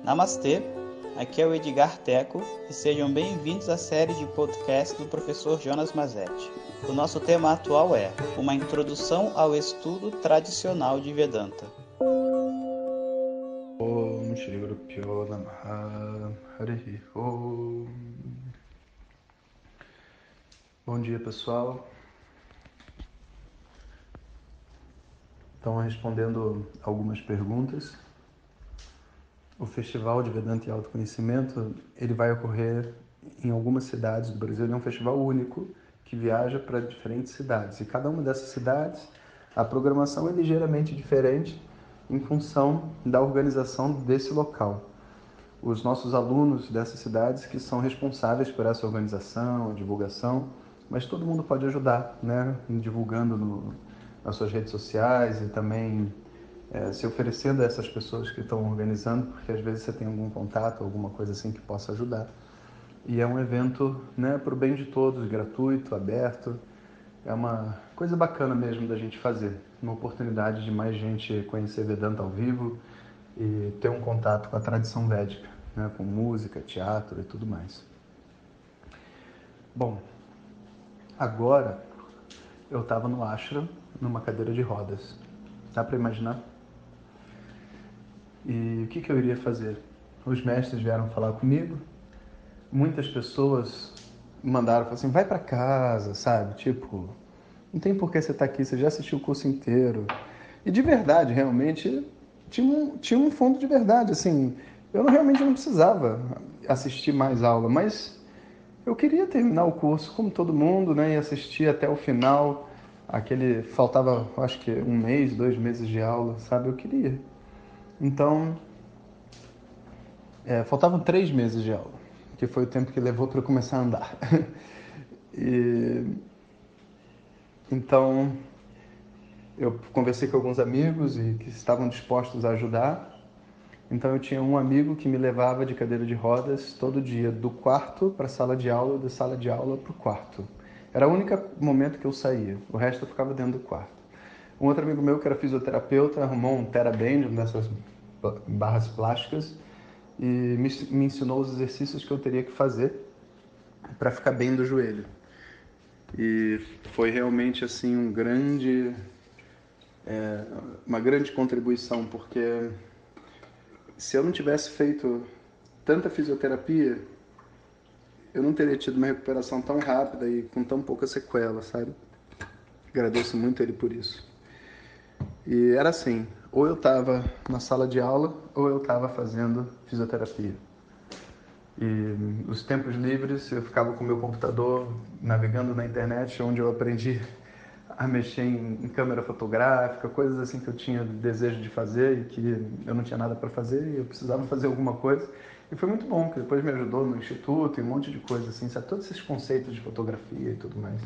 Namastê, aqui é o Edgar Teco e sejam bem-vindos à série de podcast do professor Jonas Mazetti. O nosso tema atual é uma introdução ao estudo tradicional de Vedanta. Om Shri Guru Pyo Namaha Harihi Om. Bom dia, pessoal. Então, respondendo algumas perguntas. O Festival de Vedanta e Autoconhecimento, ele vai ocorrer em algumas cidades do Brasil. Ele é um festival único que viaja para diferentes cidades. E cada uma dessas cidades, a programação é ligeiramente diferente em função da organização desse local. Os nossos alunos dessas cidades que são responsáveis por essa organização, divulgação, mas todo mundo pode ajudar, né? Divulgando nas suas redes sociais e também se oferecendo a essas pessoas que estão organizando, porque às vezes você tem algum contato, alguma coisa assim que possa ajudar. E é um evento, né, para o bem de todos, gratuito, aberto. É uma coisa bacana mesmo da gente fazer, uma oportunidade de mais gente conhecer Vedanta ao vivo e ter um contato com a tradição védica, né, com música, teatro e tudo mais. Bom, agora eu estava no ashram, numa cadeira de rodas. Dá para imaginar? E o que eu iria fazer? Os mestres vieram falar comigo, muitas pessoas mandaram, falaram assim, vai para casa, sabe? Tipo, não tem por que você estar aqui, você já assistiu o curso inteiro. E de verdade, realmente, tinha um fundo de verdade, assim, eu realmente não precisava assistir mais aula, mas eu queria terminar o curso como todo mundo, né, e assistir até o final, faltava, acho que 1 mês, 2 meses de aula, sabe, eu queria. Então, faltavam 3 meses de aula, que foi o tempo que levou para eu começar a andar. Então, eu conversei com alguns amigos e que estavam dispostos a ajudar. Então, eu tinha um amigo que me levava de cadeira de rodas todo dia, do quarto para a sala de aula, da sala de aula para o quarto. Era o único momento que eu saía, o resto eu ficava dentro do quarto. Um outro amigo meu, que era fisioterapeuta, arrumou um TheraBand, uma dessas barras plásticas, e me ensinou os exercícios que eu teria que fazer para ficar bem do joelho. E foi realmente assim uma grande contribuição, porque se eu não tivesse feito tanta fisioterapia, eu não teria tido uma recuperação tão rápida e com tão pouca sequela, sabe? Agradeço muito ele por isso. E era assim, ou eu estava na sala de aula, ou eu estava fazendo fisioterapia. E os tempos livres eu ficava com o meu computador navegando na internet, onde eu aprendi a mexer em câmera fotográfica, coisas assim que eu tinha desejo de fazer e que eu não tinha nada para fazer e eu precisava fazer alguma coisa. E foi muito bom, que depois me ajudou no instituto e um monte de coisa assim, sabe? Todos esses conceitos de fotografia e tudo mais.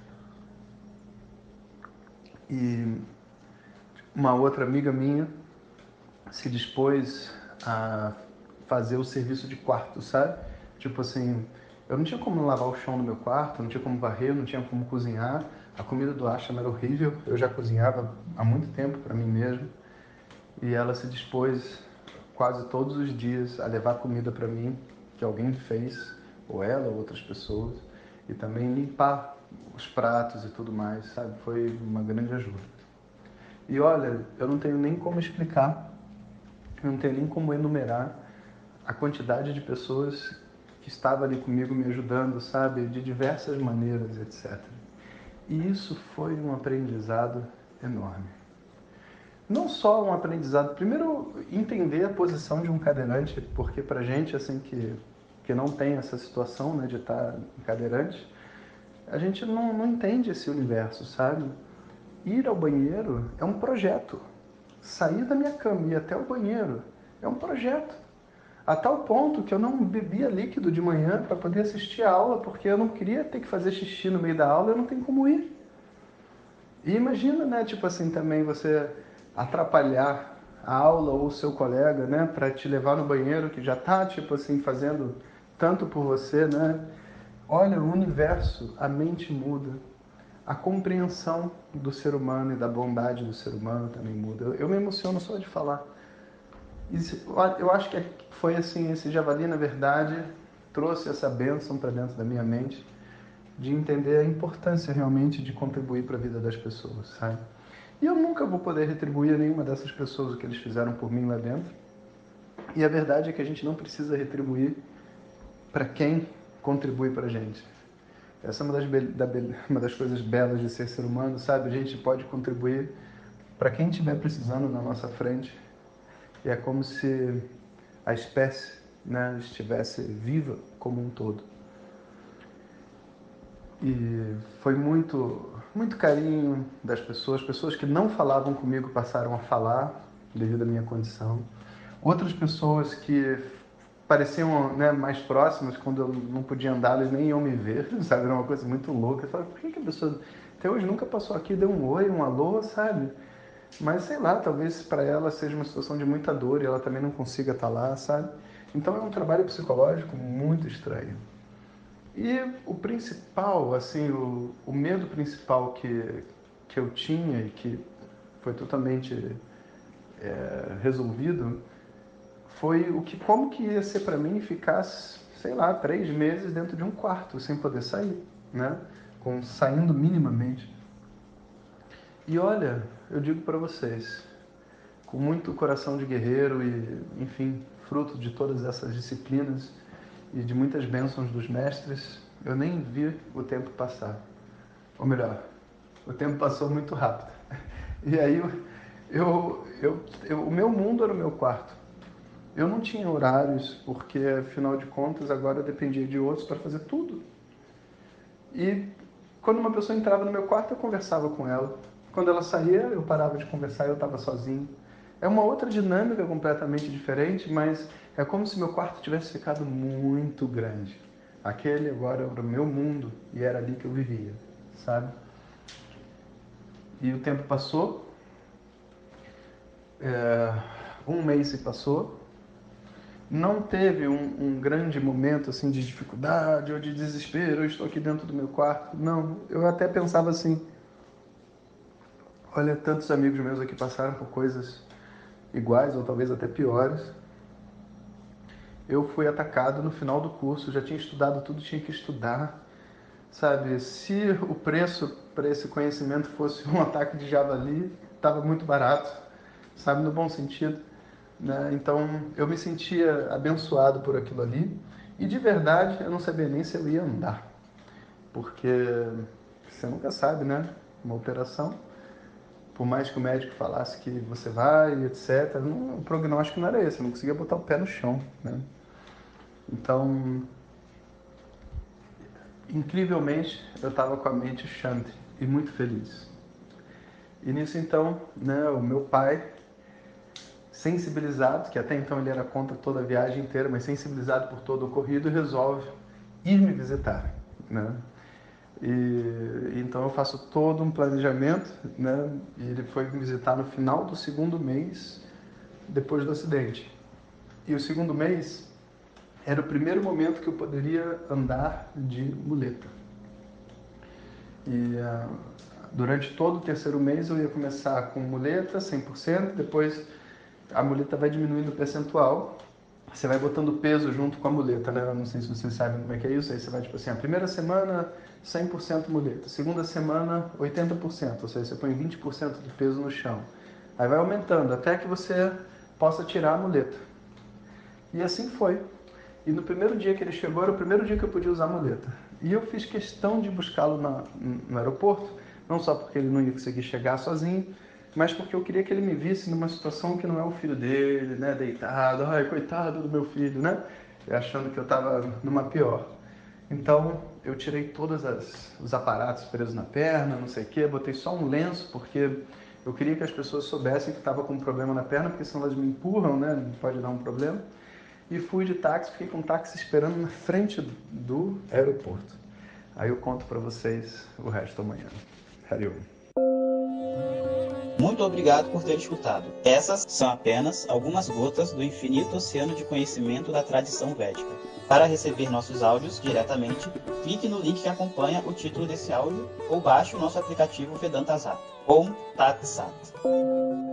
E uma outra amiga minha se dispôs a fazer o serviço de quarto, sabe? Tipo assim, eu não tinha como lavar o chão no meu quarto, não tinha como varrer, não tinha como cozinhar. A comida do ashram era horrível, eu já cozinhava há muito tempo para mim mesmo. E ela se dispôs quase todos os dias a levar comida para mim, que alguém fez, ou ela ou outras pessoas, e também limpar os pratos e tudo mais, sabe? Foi uma grande ajuda. E olha, eu não tenho nem como explicar, eu não tenho nem como enumerar a quantidade de pessoas que estavam ali comigo me ajudando, sabe? De diversas maneiras, etc. E isso foi um aprendizado enorme. Não só um aprendizado, primeiro entender a posição de um cadeirante, porque pra gente assim que não tem essa situação, né, de estar cadeirante, a gente não entende esse universo, sabe? Ir ao banheiro é um projeto. Sair da minha cama e ir até o banheiro é um projeto. A tal ponto que eu não bebia líquido de manhã para poder assistir a aula, porque eu não queria ter que fazer xixi no meio da aula, eu não tenho como ir. E imagina, né, tipo assim, também você atrapalhar a aula ou o seu colega, né, para te levar no banheiro que já tá, tipo assim, fazendo tanto por você, né? Olha, o universo, a mente muda. A compreensão do ser humano e da bondade do ser humano também muda. Eu me emociono só de falar. Eu acho que foi assim, esse javali, na verdade, trouxe essa bênção para dentro da minha mente, de entender a importância realmente de contribuir para a vida das pessoas, sabe? E eu nunca vou poder retribuir a nenhuma dessas pessoas o que eles fizeram por mim lá dentro. E a verdade é que a gente não precisa retribuir para quem contribui para a gente. Essa é uma das coisas belas de ser ser humano, sabe? A gente pode contribuir para quem estiver precisando na nossa frente. E é como se a espécie, né, estivesse viva como um todo. E foi muito carinho das pessoas que não falavam comigo passaram a falar devido à minha condição. Outras pessoas que pareciam, né, mais próximas, quando eu não podia andar, eles nem iam me ver, sabe? Era uma coisa muito louca. Eu falava, por que a pessoa até hoje nunca passou aqui, deu um oi, um alô, sabe? Mas sei lá, talvez para ela seja uma situação de muita dor e ela também não consiga estar lá, sabe? Então é um trabalho psicológico muito estranho. E o principal, assim, o medo principal que eu tinha e que foi totalmente resolvido foi como que ia ser para mim ficar, sei lá, 3 meses dentro de um quarto sem poder sair, né? Saindo minimamente. E olha, eu digo para vocês, com muito coração de guerreiro e, enfim, fruto de todas essas disciplinas e de muitas bênçãos dos mestres, eu nem vi o tempo passar. Ou melhor, o tempo passou muito rápido. E aí o meu mundo era o meu quarto. Eu não tinha horários, porque afinal de contas agora eu dependia de outros para fazer tudo. E quando uma pessoa entrava no meu quarto, eu conversava com ela. Quando ela saía, eu parava de conversar e eu estava sozinho. É uma outra dinâmica completamente diferente, mas é como se meu quarto tivesse ficado muito grande. Aquele agora era o meu mundo e era ali que eu vivia, sabe? E o tempo passou, um mês se passou, não teve um grande momento assim de dificuldade ou de desespero, eu estou aqui dentro do meu quarto. Não, eu até pensava assim, olha, tantos amigos meus aqui passaram por coisas iguais ou talvez até piores. Eu fui atacado no final do curso, já tinha estudado tudo, tinha que estudar, sabe? Se o preço para esse conhecimento fosse um ataque de javali, estava muito barato, sabe? No bom sentido, né? Então eu me sentia abençoado por aquilo ali e de verdade eu não sabia nem se eu ia andar, porque você nunca sabe, né? Uma operação, por mais que o médico falasse que você vai, etc., o prognóstico não era esse, eu não conseguia botar o pé no chão, né? Então, incrivelmente, eu estava com a mente chante e muito feliz. E nisso, então, né, o meu pai, sensibilizado, que até então ele era contra toda a viagem inteira, mas sensibilizado por todo o ocorrido, resolve ir me visitar, né? E então eu faço todo um planejamento, né? E ele foi me visitar no final do segundo mês depois do acidente. E o segundo mês era o primeiro momento que eu poderia andar de muleta. E durante todo o terceiro mês eu ia começar com muleta 100%, depois a muleta vai diminuindo o percentual, você vai botando peso junto com a muleta, né? Eu não sei se vocês sabem como é que é isso, aí você vai tipo assim, a primeira semana 100% muleta, segunda semana 80%, ou seja, você põe 20% do peso no chão. Aí vai aumentando até que você possa tirar a muleta. E assim foi. E no primeiro dia que ele chegou, era o primeiro dia que eu podia usar a muleta. E eu fiz questão de buscá-lo no aeroporto, não só porque ele não ia conseguir chegar sozinho, mas porque eu queria que ele me visse numa situação que não é o filho dele, né, deitado, ai, coitado do meu filho, né, achando que eu estava numa pior. Então, eu tirei todos os aparatos presos na perna, não sei o quê, botei só um lenço, porque eu queria que as pessoas soubessem que estava com um problema na perna, porque senão elas me empurram, né, pode dar um problema. E fui de táxi, fiquei com o táxi esperando na frente do aeroporto. Aí eu conto para vocês o resto amanhã. Hariom. Muito obrigado por ter escutado. Essas são apenas algumas gotas do infinito oceano de conhecimento da tradição védica. Para receber nossos áudios diretamente, clique no link que acompanha o título desse áudio ou baixe o nosso aplicativo Vedanta Zat. Om Tat Sat.